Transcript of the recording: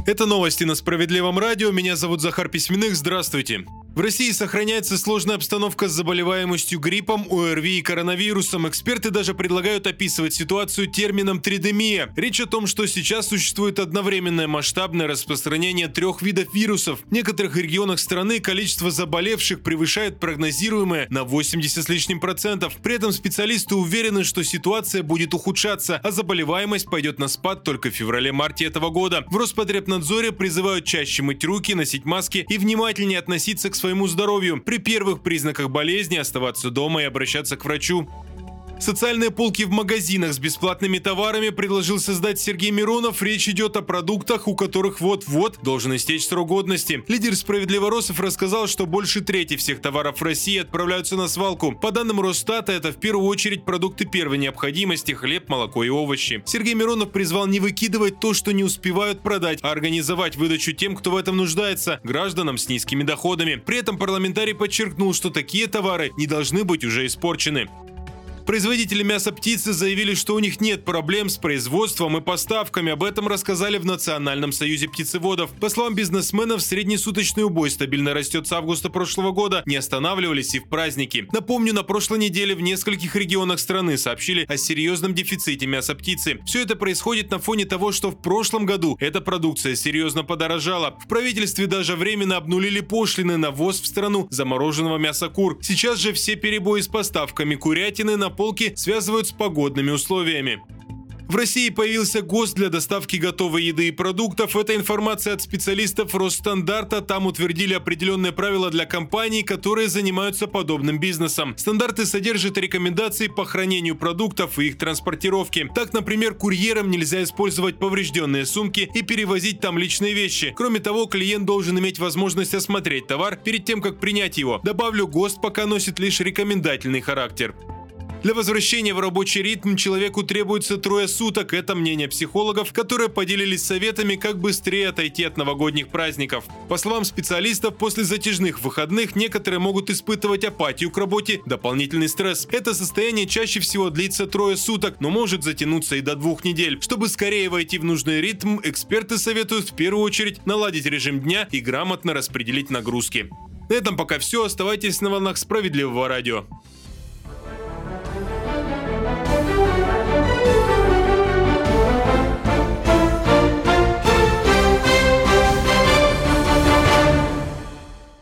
Это новости на Справедливом радио. Меня зовут Захар Письменных. Здравствуйте. В России сохраняется сложная обстановка с заболеваемостью гриппом, ОРВИ и коронавирусом. Эксперты даже предлагают описывать ситуацию термином тридемия. Речь о том, что сейчас существует одновременное масштабное распространение 3 видов вирусов. В некоторых регионах страны количество заболевших превышает прогнозируемое на 80 с лишним процентов. При этом специалисты уверены, что ситуация будет ухудшаться, а заболеваемость пойдет на спад только в феврале-марте этого года. В Роспотребнадзоре призывают чаще мыть руки, носить маски и внимательнее относиться к своему здоровью. При первых признаках болезни оставаться дома и обращаться к врачу. Социальные полки в магазинах с бесплатными товарами предложил создать Сергей Миронов. Речь идет о продуктах, у которых вот-вот должен истечь срок годности. Лидер Справедливоросов рассказал, что больше трети всех товаров в России отправляются на свалку. По данным Росстата, это в первую очередь продукты первой необходимости – хлеб, молоко и овощи. Сергей Миронов призвал не выкидывать то, что не успевают продать, а организовать выдачу тем, кто в этом нуждается – гражданам с низкими доходами. При этом парламентарий подчеркнул, что такие товары не должны быть уже испорчены. Производители мяса птицы заявили, что у них нет проблем с производством и поставками. Об этом рассказали в Национальном союзе птицеводов. По словам бизнесменов, среднесуточный убой стабильно растет с августа прошлого года, не останавливались и в праздники. Напомню, на прошлой неделе в нескольких регионах страны сообщили о серьезном дефиците мяса птицы. Все это происходит на фоне того, что в прошлом году эта продукция серьезно подорожала. В правительстве даже временно обнулили пошлины на ввоз в страну замороженного мяса кур. Сейчас же все перебои с поставками курятины на полки связывают с погодными условиями. В России появился ГОСТ для доставки готовой еды и продуктов. Это информация от специалистов Росстандарта. Там утвердили определенные правила для компаний, которые занимаются подобным бизнесом. Стандарты содержат рекомендации по хранению продуктов и их транспортировке. Так, например, курьерам нельзя использовать поврежденные сумки и перевозить там личные вещи. Кроме того, клиент должен иметь возможность осмотреть товар перед тем, как принять его. Добавлю, ГОСТ пока носит лишь рекомендательный характер. Для возвращения в рабочий ритм человеку требуется 3 суток. Это мнение психологов, которые поделились советами, как быстрее отойти от новогодних праздников. По словам специалистов, после затяжных выходных некоторые могут испытывать апатию к работе, дополнительный стресс. Это состояние чаще всего длится 3 суток, но может затянуться и до 2 недель. Чтобы скорее войти в нужный ритм, эксперты советуют в первую очередь наладить режим дня и грамотно распределить нагрузки. На этом пока все. Оставайтесь на волнах Справедливого радио.